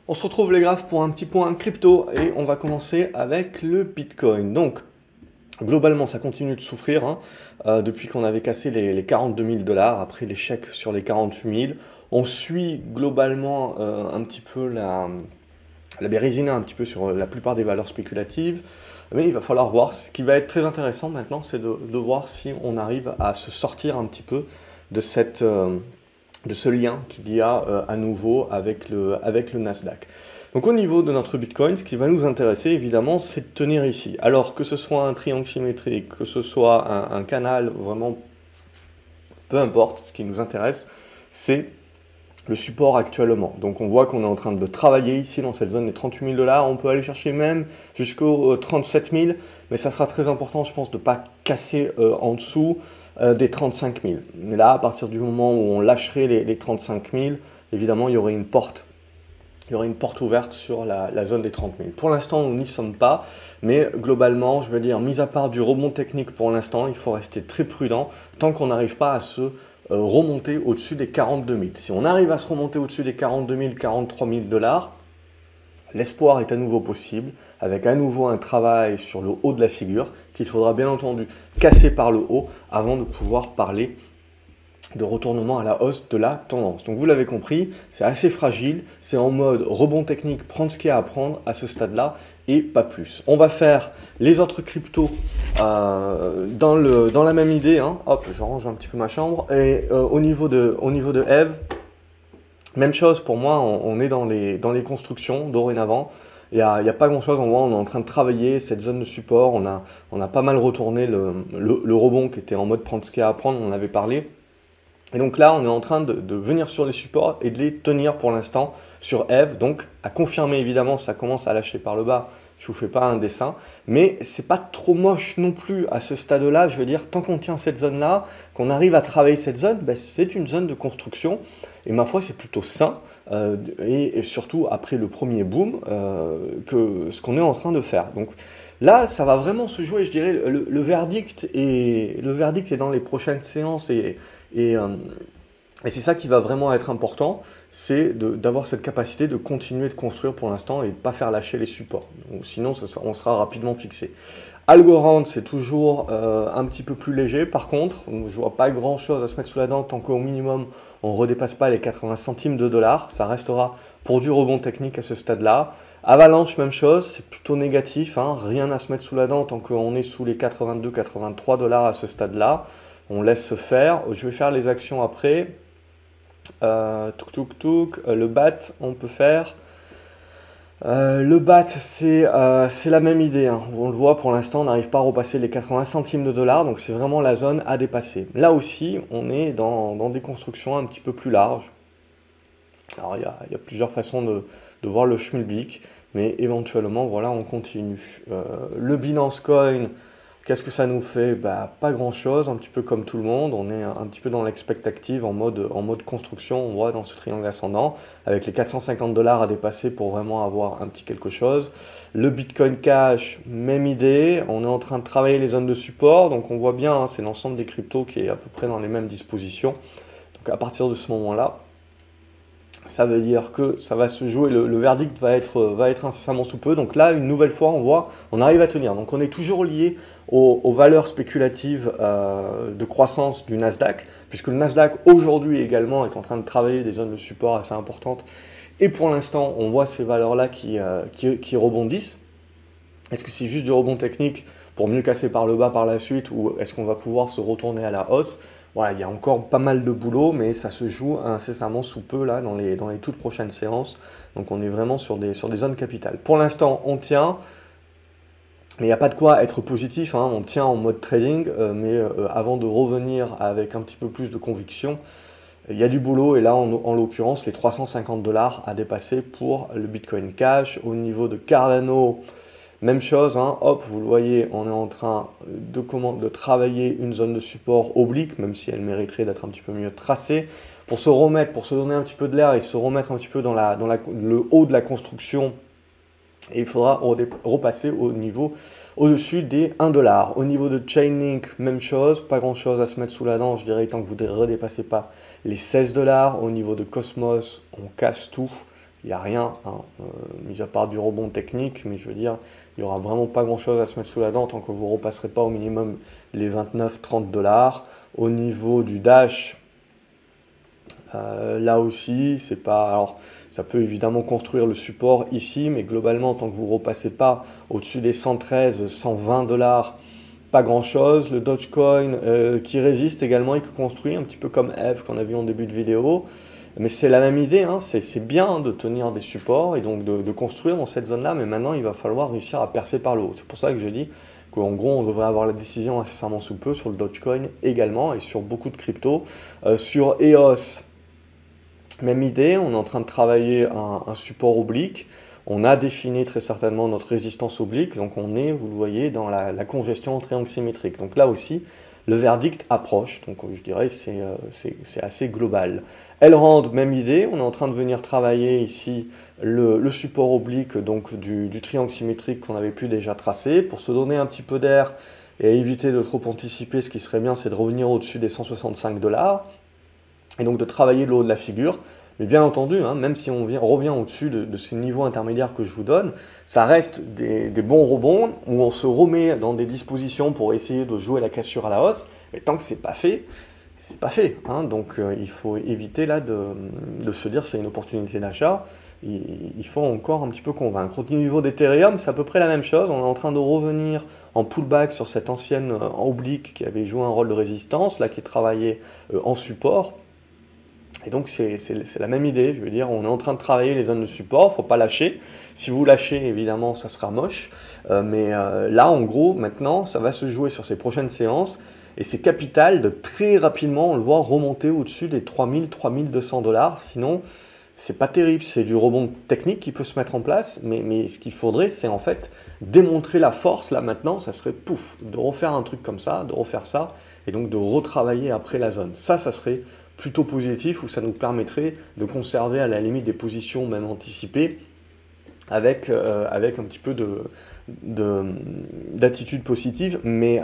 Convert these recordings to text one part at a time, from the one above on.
On se retrouve les graphes pour un petit point crypto et on va commencer avec le Bitcoin. Donc globalement ça continue de souffrir hein, depuis qu'on avait cassé les 42 000 dollars après l'échec sur les 48 000. On suit globalement un petit peu la bérésina un petit peu sur la plupart des valeurs spéculatives. Mais il va falloir voir. Ce qui va être très intéressant maintenant, c'est de voir si on arrive à se sortir un petit peu de de ce lien qu'il y a à nouveau avec avec le Nasdaq. Donc au niveau de notre Bitcoin, ce qui va nous intéresser évidemment, c'est de tenir ici. Alors que ce soit un triangle symétrique, que ce soit un canal, vraiment peu importe, ce qui nous intéresse, c'est le support actuellement. Donc on voit qu'on est en train de travailler ici dans cette zone des 38 000 dollars. On peut aller chercher même jusqu'aux 37 000, mais ça sera très important, je pense, de ne pas casser en dessous des 35 000. Mais là, à partir du moment où on lâcherait les 35 000, évidemment, il y aurait une porte. Il y aurait une porte ouverte sur la zone des 30 000. Pour l'instant, nous n'y sommes pas, mais globalement, je veux dire, mis à part du rebond technique pour l'instant, il faut rester très prudent tant qu'on n'arrive pas à se remonter au-dessus des 42 000. Si on arrive à se remonter au-dessus des 42 000, 43 000 dollars, l'espoir est à nouveau possible, avec à nouveau un travail sur le haut de la figure, qu'il faudra bien entendu casser par le haut avant de pouvoir parler de retournement à la hausse de la tendance. Donc vous l'avez compris, c'est assez fragile, c'est en mode rebond technique, prendre ce qu'il y a à prendre à ce stade-là et pas plus. On va faire les autres cryptos dans la même idée. Hein. Hop, je range un petit peu ma chambre. Et au niveau de Eve, même chose pour moi, on est dans les constructions dorénavant. Il n'y a pas grand-chose, on voit, on est en train de travailler cette zone de support, on a pas mal retourné le rebond qui était en mode prendre ce qu'il y a à prendre, on en avait parlé. Et donc là, on est en train de venir sur les supports et de les tenir pour l'instant sur Eve. Donc à confirmer évidemment, ça commence à lâcher par le bas. Je vous fais pas un dessin, mais c'est pas trop moche non plus à ce stade-là. Je veux dire, tant qu'on tient cette zone-là, qu'on arrive à travailler cette zone, ben, c'est une zone de construction. Et ma foi, c'est plutôt sain. Et surtout après le premier boom, que ce qu'on est en train de faire. Donc là, ça va vraiment se jouer, je dirais, le verdict est dans les prochaines séances et, euh, et c'est ça qui va vraiment être important, c'est d'avoir cette capacité de continuer de construire pour l'instant et de ne pas faire lâcher les supports. Donc, sinon, on sera rapidement fixé. Algorand, c'est toujours un petit peu plus léger. Par contre, je ne vois pas grand-chose à se mettre sous la dent tant qu'au minimum, on ne redépasse pas les 80 centimes de dollars. Ça restera pour du rebond technique à ce stade-là. Avalanche, même chose, c'est plutôt négatif. Hein, rien à se mettre sous la dent tant qu'on est sous les 82-83 dollars à ce stade-là. On laisse se faire. Je vais faire les actions après. Le BAT, on peut faire. Le BAT, c'est la même idée. Hein. On le voit, pour l'instant, on n'arrive pas à repasser les 80 centimes de dollars. Donc c'est vraiment la zone à dépasser. Là aussi, on est dans des constructions un petit peu plus larges. Alors il y a plusieurs façons de voir le schmilblick. Mais éventuellement, voilà, on continue. Le Binance Coin, qu'est-ce que ça nous fait? Bah, pas grand-chose, un petit peu comme tout le monde. On est un petit peu dans l'expectative, en mode construction, on voit dans ce triangle ascendant, avec les 450 dollars à dépasser pour vraiment avoir un petit quelque chose. Le Bitcoin Cash, même idée. On est en train de travailler les zones de support, donc on voit bien, hein, c'est l'ensemble des cryptos qui est à peu près dans les mêmes dispositions. Donc à partir de ce moment-là, ça veut dire que ça va se jouer, le verdict va être incessamment sous peu. Donc là, une nouvelle fois, on voit, on arrive à tenir. Donc on est toujours lié aux valeurs spéculatives de croissance du Nasdaq, puisque le Nasdaq aujourd'hui également est en train de travailler des zones de support assez importantes. Et pour l'instant, on voit ces valeurs-là qui rebondissent. Est-ce que c'est juste du rebond technique pour mieux casser par le bas par la suite, ou est-ce qu'on va pouvoir se retourner à la hausse? Voilà, il y a encore pas mal de boulot, mais ça se joue incessamment sous peu là, dans les toutes prochaines séances. Donc on est vraiment sur des zones capitales. Pour l'instant, on tient, mais il n'y a pas de quoi être positif. Hein, on tient en mode trading, mais avant de revenir avec un petit peu plus de conviction, il y a du boulot. Et là, en l'occurrence, les 350 dollars à dépasser pour le Bitcoin Cash. Au niveau de Cardano, même chose, hein, hop, vous le voyez, on est en train de travailler une zone de support oblique, même si elle mériterait d'être un petit peu mieux tracée, pour se remettre, pour se donner un petit peu de l'air et se remettre un petit peu dans le haut de la construction. Et il faudra repasser au-dessus des 1 dollar. Au niveau de Chainlink, même chose, pas grand chose à se mettre sous la dent, je dirais, tant que vous ne redépassez pas les 16 dollars. Au niveau de Cosmos, on casse tout. il n'y a rien, hein, mis à part du rebond technique, mais je veux dire, il n'y aura vraiment pas grand-chose à se mettre sous la dent tant que vous ne repasserez pas au minimum les 29-30 dollars. Au niveau du Dash, là aussi, c'est pas. Alors, ça peut évidemment construire le support ici, mais globalement, tant que vous ne repassez pas au-dessus des 113, 120 dollars, pas grand-chose. Le Dogecoin qui résiste également et qui construit, un petit peu comme Eve qu'on a vu en début de vidéo. Mais c'est la même idée, hein. C'est bien de tenir des supports et donc de construire dans cette zone-là, mais maintenant, il va falloir réussir à percer par le haut. C'est pour ça que je dis qu'en gros, on devrait avoir la décision incessamment sous peu sur le Dogecoin également et sur beaucoup de cryptos. Sur EOS, même idée, on est en train de travailler un support oblique. On a défini très certainement notre résistance oblique, donc on est, vous le voyez, dans la congestion en triangle symétrique. Donc là aussi, le verdict approche, donc je dirais c'est assez global. Elrond, même idée, on est en train de venir travailler ici le support oblique donc du triangle symétrique qu'on avait pu déjà tracer. Pour se donner un petit peu d'air et éviter de trop anticiper, ce qui serait bien, c'est de revenir au-dessus des 165 dollars et donc de travailler le haut de la figure. Mais bien entendu, hein, même si on revient au-dessus de ces niveaux intermédiaires que je vous donne, ça reste des bons rebonds où on se remet dans des dispositions pour essayer de jouer la cassure à la hausse. Mais tant que c'est pas fait, c'est pas fait. Hein. Donc il faut éviter là de se dire c'est une opportunité d'achat. Il faut encore un petit peu convaincre. Au niveau d'Ethereum, c'est à peu près la même chose. On est en train de revenir en pullback sur cette ancienne oblique qui avait joué un rôle de résistance, là qui est travaillée en support. Et donc c'est la même idée, je veux dire, on est en train de travailler les zones de support, il ne faut pas lâcher. Si vous lâchez, évidemment, ça sera moche. Mais là, en gros, maintenant, ça va se jouer sur ces prochaines séances. Et c'est capital de très rapidement, on le voit, remonter au-dessus des 3000, 3200 dollars. Sinon, c'est pas terrible, c'est du rebond technique qui peut se mettre en place. Mais ce qu'il faudrait, c'est en fait démontrer la force. Là, maintenant, ça serait pouf, de refaire un truc comme ça, de refaire ça. Et donc de retravailler après la zone. Ça serait plutôt positif, où ça nous permettrait de conserver à la limite des positions même anticipées avec un petit peu d'attitude positive, mais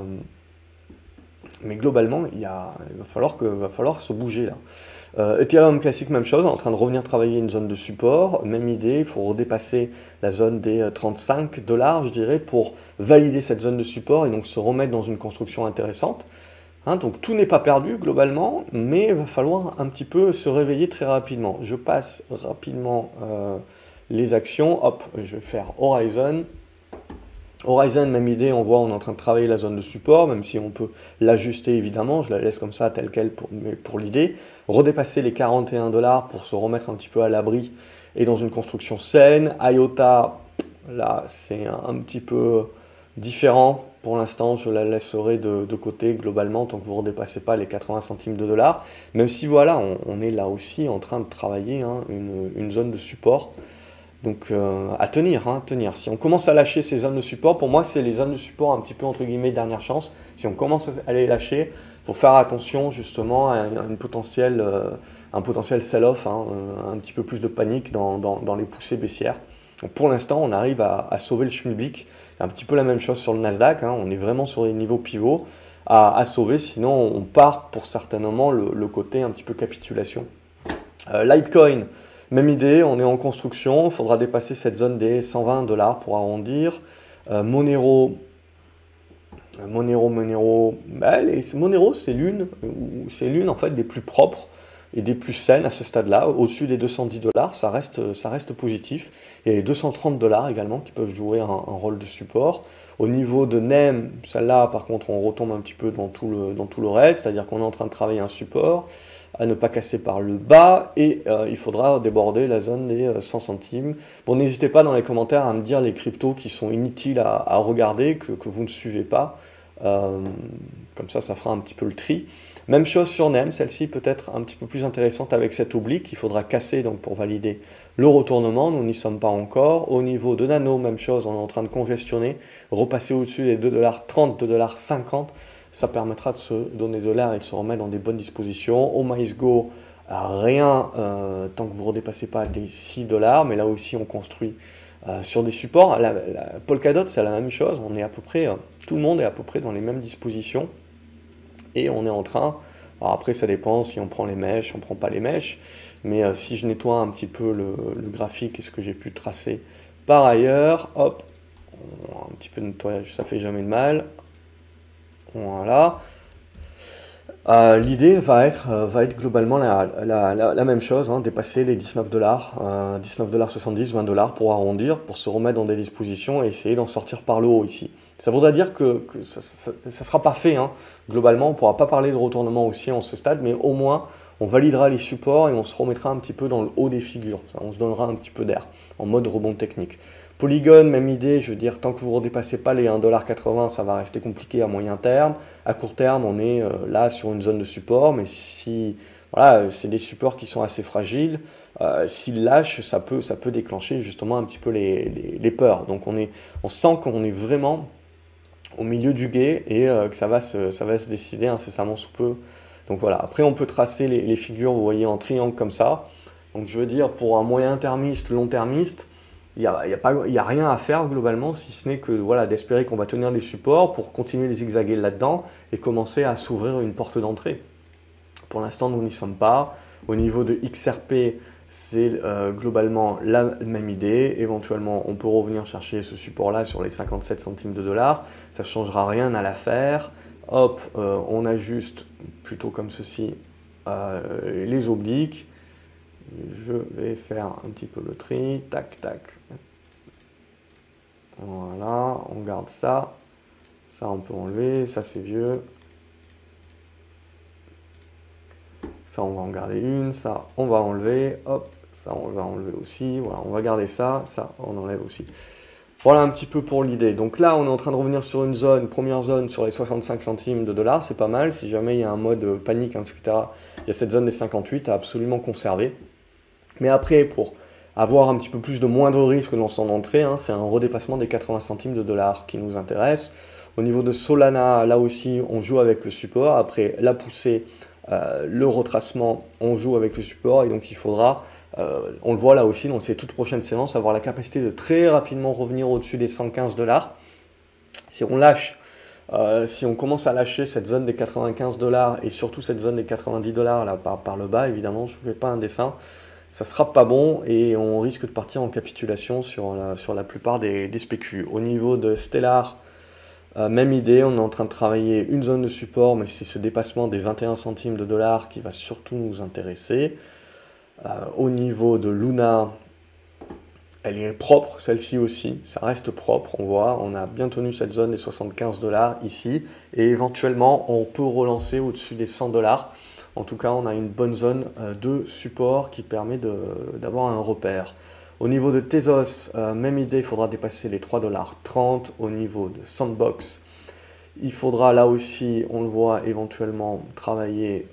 globalement, va falloir se bouger là. Ethereum classique, même chose, en train de revenir travailler une zone de support, même idée, il faut redépasser la zone des 35 dollars, je dirais, pour valider cette zone de support et donc se remettre dans une construction intéressante. Hein, donc tout n'est pas perdu globalement, mais il va falloir un petit peu se réveiller très rapidement. Je passe rapidement les actions. Hop, je vais faire Horizon. Horizon, même idée, on voit, on est en train de travailler la zone de support, même si on peut l'ajuster évidemment, je la laisse comme ça telle quelle pour l'idée. Redépasser les 41 dollars pour se remettre un petit peu à l'abri et dans une construction saine. IOTA, là c'est un petit peu différent. Pour l'instant, je la laisserai de côté globalement tant que vous ne redépassez pas les 80 centimes de dollars. Même si voilà, on est là aussi en train de travailler hein, une zone de support. Donc à tenir, hein, tenir. Si on commence à lâcher ces zones de support, pour moi c'est les zones de support un petit peu entre guillemets dernière chance. Si on commence à les lâcher, il faut faire attention justement à un potentiel sell-off, hein, un petit peu plus de panique dans les poussées baissières. Donc, pour l'instant, on arrive à sauver le schmilblick. C'est un petit peu la même chose sur le Nasdaq, hein, on est vraiment sur les niveaux pivots à sauver, sinon on part pour certainement le côté un petit peu capitulation. Litecoin. Même idée, on est en construction, il faudra dépasser cette zone des 120 dollars pour arrondir. Monero, Monero c'est l'une en fait des plus propres et des plus saines à ce stade-là. Au-dessus des 210 dollars, ça reste positif. Il y a les 230 dollars également qui peuvent jouer un rôle de support. Au niveau de NEM, celle-là par contre on retombe un petit peu dans tout le reste, c'est-à-dire qu'on est en train de travailler un support à ne pas casser par le bas et il faudra déborder la zone des 100 centimes. Bon, n'hésitez pas dans les commentaires à me dire les cryptos qui sont inutiles à regarder, que vous ne suivez pas. Comme ça fera un petit peu le tri. Même chose sur NEM, celle-ci peut être un petit peu plus intéressante avec cet oblique. Il faudra casser donc pour valider le retournement. Nous n'y sommes pas encore. Au niveau de Nano, même chose, on est en train de congestionner. Repasser au-dessus des 2,30 $, 2,50 $. Ça permettra de se donner de l'air et de se remettre dans des bonnes dispositions. Au MySgo, rien tant que vous ne redépassez pas les 6 $. Mais là aussi, on construit sur des supports. La Polkadot, c'est la même chose. On est à peu près, tout le monde est à peu près dans les mêmes dispositions. Et on est en train, alors après ça dépend si on prend les mèches, on ne prend pas les mèches, Mais si je nettoie un petit peu le graphique et ce que j'ai pu tracer par ailleurs, hop, un petit peu de nettoyage, ça fait jamais de mal. Voilà. L'idée va être globalement la même chose, hein, dépasser les 19 dollars, 19,70 $, 20 dollars pour arrondir, pour se remettre dans des dispositions et essayer d'en sortir par le haut ici. Ça voudrait dire que ça ne sera pas fait, hein. Globalement, on ne pourra pas parler de retournement haussier en ce stade, mais au moins on validera les supports et on se remettra un petit peu dans le haut des figures. On se donnera un petit peu d'air en mode rebond technique. Polygon, même idée, je veux dire, tant que vous ne redépassez pas les 1,80 $, ça va rester compliqué à moyen terme. À court terme, on est là sur une zone de support, mais si voilà, c'est des supports qui sont assez fragiles, s'ils lâchent, ça peut déclencher justement un petit peu les peurs. Donc on sent qu'on est vraiment au milieu du gué et que ça va se décider incessamment sous peu. Donc voilà, après on peut tracer les figures, vous voyez, en triangle comme ça. Donc je veux dire, pour un moyen termiste, long termiste, il y a rien à faire globalement, si ce n'est que voilà, d'espérer qu'on va tenir les supports pour continuer de zigzaguer là-dedans et commencer à s'ouvrir une porte d'entrée. Pour l'instant, nous n'y sommes pas. Au niveau de XRP, c'est globalement la même idée. Éventuellement, on peut revenir chercher ce support-là sur les 57 centimes de dollars. Ça ne changera rien à l'affaire. Hop, on ajuste plutôt comme ceci les obliques. Je vais faire un petit peu le tri. Tac, tac. Voilà, on garde ça. Ça, on peut enlever. Ça, c'est vieux. Ça, on va en garder une. Ça, on va enlever. Hop, ça, on va enlever aussi. Voilà, on va garder ça. Ça, on enlève aussi. Voilà un petit peu pour l'idée. Donc là, on est en train de revenir sur une zone, première zone sur les 65 centimes de dollars. C'est pas mal. Si jamais il y a un mode panique, etc., il y a cette zone des 58 à absolument conserver. Mais après, pour avoir un petit peu plus de moindre risque dans son entrée, hein, c'est un redépassement des 80 centimes de dollars qui nous intéresse. Au niveau de Solana, là aussi, on joue avec le support. Après la poussée, le retracement, on joue avec le support. Et donc, il faudra, on le voit là aussi, dans ces toutes prochaines séances, avoir la capacité de très rapidement revenir au-dessus des 115 dollars. Si on lâche, si on commence à lâcher cette zone des 95 dollars et surtout cette zone des 90 dollars là, par le bas, évidemment, je ne fais pas un dessin. Ça sera pas bon et on risque de partir en capitulation sur la plupart des spécus. Au niveau de Stellar, même idée, on est en train de travailler une zone de support, mais c'est ce dépassement des 21 centimes de dollars qui va surtout nous intéresser. Au niveau de Luna, elle est propre, celle-ci aussi, ça reste propre, on voit, on a bien tenu cette zone des 75 dollars ici, et éventuellement on peut relancer au-dessus des 100 dollars. En tout cas, on a une bonne zone de support qui permet d'avoir un repère. Au niveau de Tezos, même idée, il faudra dépasser les 3,30 $. Au niveau de Sandbox, il faudra là aussi, on le voit, éventuellement travailler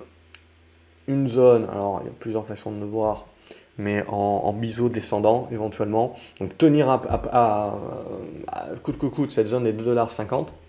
une zone. Alors, il y a plusieurs façons de le voir, mais en biseau descendant éventuellement. Donc, tenir à coûte que coûte cette zone des 2,50 $.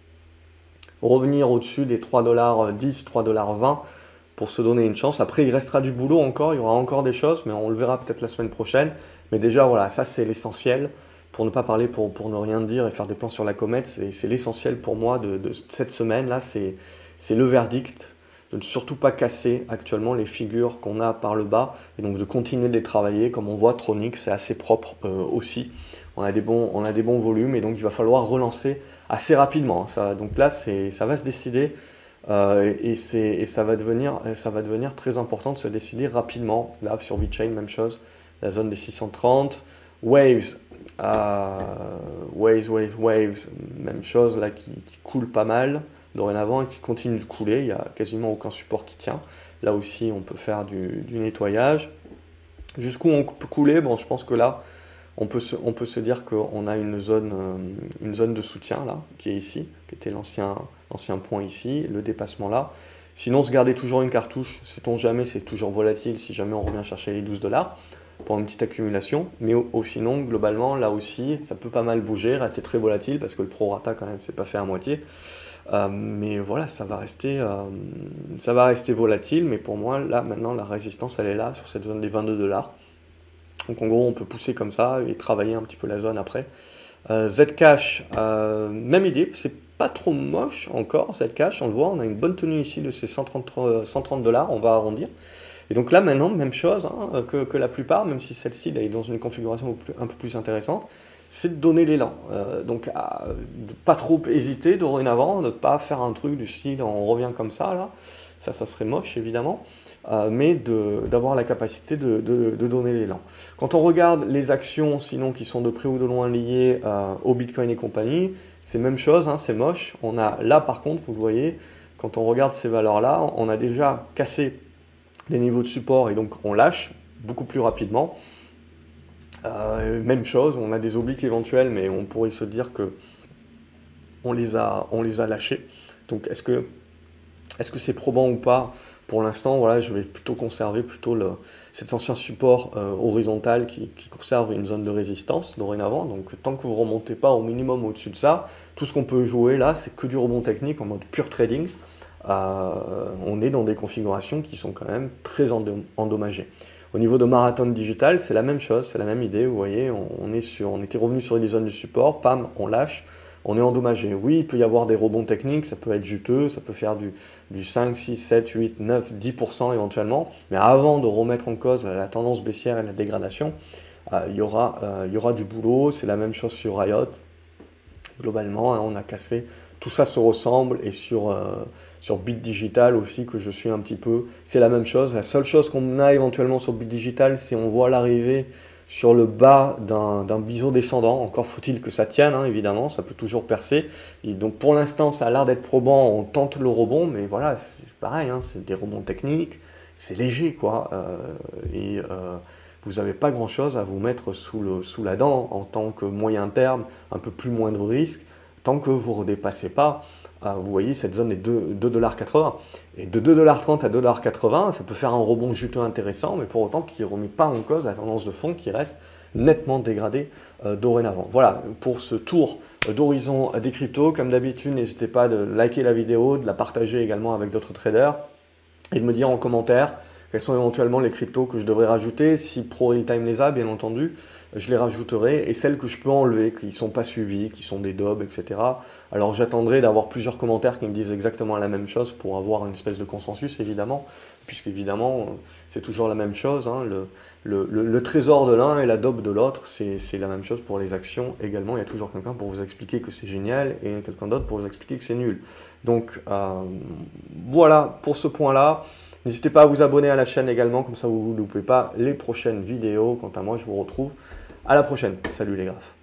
Revenir au-dessus des 3,10 $, 3,20 $. Pour se donner une chance. Après, il restera du boulot encore, il y aura encore des choses, mais on le verra peut-être la semaine prochaine. Mais déjà, voilà, ça c'est l'essentiel. Pour ne pas parler, pour ne rien dire et faire des plans sur la comète, c'est l'essentiel pour moi de cette semaine-là. C'est le verdict de ne surtout pas casser actuellement les figures qu'on a par le bas et donc de continuer de les travailler. Comme on voit, Tronic, c'est assez propre aussi. On a des bons volumes et donc il va falloir relancer assez rapidement. Donc là, ça va se décider. Et ça va devenir très important de se décider rapidement. Là, sur VeChain, même chose. La zone des 630. Waves, même chose, là, qui coule pas mal dorénavant et qui continue de couler. Il n'y a quasiment aucun support qui tient. Là aussi, on peut faire du nettoyage. Jusqu'où on peut couler? Bon, je pense que là, on peut se dire qu'on a une zone de soutien là, qui est ici, qui était l'ancien point ici, le dépassement là. Sinon, se garder toujours une cartouche, sait-on jamais, c'est toujours volatile si jamais on revient chercher les 12 dollars pour une petite accumulation. Mais sinon, globalement, là aussi, ça peut pas mal bouger, rester très volatile parce que le prorata quand même, c'est pas fait à moitié. Mais voilà, ça va rester volatile. Mais pour moi, là maintenant, la résistance, elle est là sur cette zone des 22 dollars. Donc en gros, on peut pousser comme ça et travailler un petit peu la zone après. Zcash, même idée, c'est pas trop moche encore, Zcash, on le voit, on a une bonne tenue ici de ces 130 dollars, on va arrondir. Et donc là maintenant, même chose hein, que la plupart, même si celle-ci est dans une configuration un peu plus intéressante, c'est de donner l'élan. Donc de pas trop hésiter dorénavant, de ne pas faire un truc du style on revient comme ça là, ça serait moche évidemment, mais d'avoir la capacité de donner l'élan. Quand on regarde les actions sinon qui sont de près ou de loin liées au Bitcoin et compagnie, c'est même chose, hein, c'est moche. On a là par contre, vous le voyez, quand on regarde ces valeurs-là, on a déjà cassé des niveaux de support et donc on lâche beaucoup plus rapidement. Même chose, on a des obliques éventuels, mais on pourrait se dire que on les a lâchés. Donc est-ce que c'est probant ou pas? Pour l'instant, voilà, je vais plutôt conserver cet ancien support horizontal qui conserve une zone de résistance dorénavant. Donc tant que vous ne remontez pas au minimum au-dessus de ça, tout ce qu'on peut jouer là, c'est que du rebond technique en mode pure trading. On est dans des configurations qui sont quand même très endommagées. Au niveau de Marathon Digital, c'est la même chose, c'est la même idée. Vous voyez, on était revenu sur des zones de support, pam, on lâche, on est endommagé. Oui, il peut y avoir des rebonds techniques, ça peut être juteux, ça peut faire du 5, 6, 7, 8, 9, 10% éventuellement. Mais avant de remettre en cause la tendance baissière et la dégradation, il y aura du boulot. C'est la même chose sur Riot. Globalement, hein, on a cassé. Tout ça se ressemble et sur Bit Digital aussi que je suis un petit peu, c'est la même chose. La seule chose qu'on a éventuellement sur Bit Digital, c'est on voit l'arrivée sur le bas d'un biseau descendant. Encore faut-il que ça tienne, hein, évidemment, ça peut toujours percer. Et donc pour l'instant, ça a l'air d'être probant, on tente le rebond, mais voilà, c'est pareil, hein, c'est des rebonds techniques, c'est léger quoi. Vous n'avez pas grand-chose à vous mettre sous la dent en tant que moyen terme, un peu plus moindre risque. Tant que vous ne redépassez pas, vous voyez, cette zone est 2,80 $. Et de 2,30 $ à 2,80 $, ça peut faire un rebond juteux intéressant, mais pour autant qui ne remet pas en cause la tendance de fond qui reste nettement dégradée dorénavant. Voilà, pour ce tour d'horizon des cryptos. Comme d'habitude, n'hésitez pas de liker la vidéo, de la partager également avec d'autres traders et de me dire en commentaire quels sont éventuellement les cryptos que je devrais rajouter. Si Pro Realtime les a, bien entendu, je les rajouterai. Et celles que je peux enlever, qui ne sont pas suivies, qui sont des daubs, etc. Alors j'attendrai d'avoir plusieurs commentaires qui me disent exactement la même chose pour avoir une espèce de consensus, évidemment. Puisqu'évidemment, c'est toujours la même chose. Hein. Le trésor de l'un et la daube de l'autre, c'est la même chose pour les actions également. Il y a toujours quelqu'un pour vous expliquer que c'est génial et quelqu'un d'autre pour vous expliquer que c'est nul. Donc voilà pour ce point-là. N'hésitez pas à vous abonner à la chaîne également, comme ça vous ne loupez pas les prochaines vidéos. Quant à moi, je vous retrouve à la prochaine. Salut les graphes.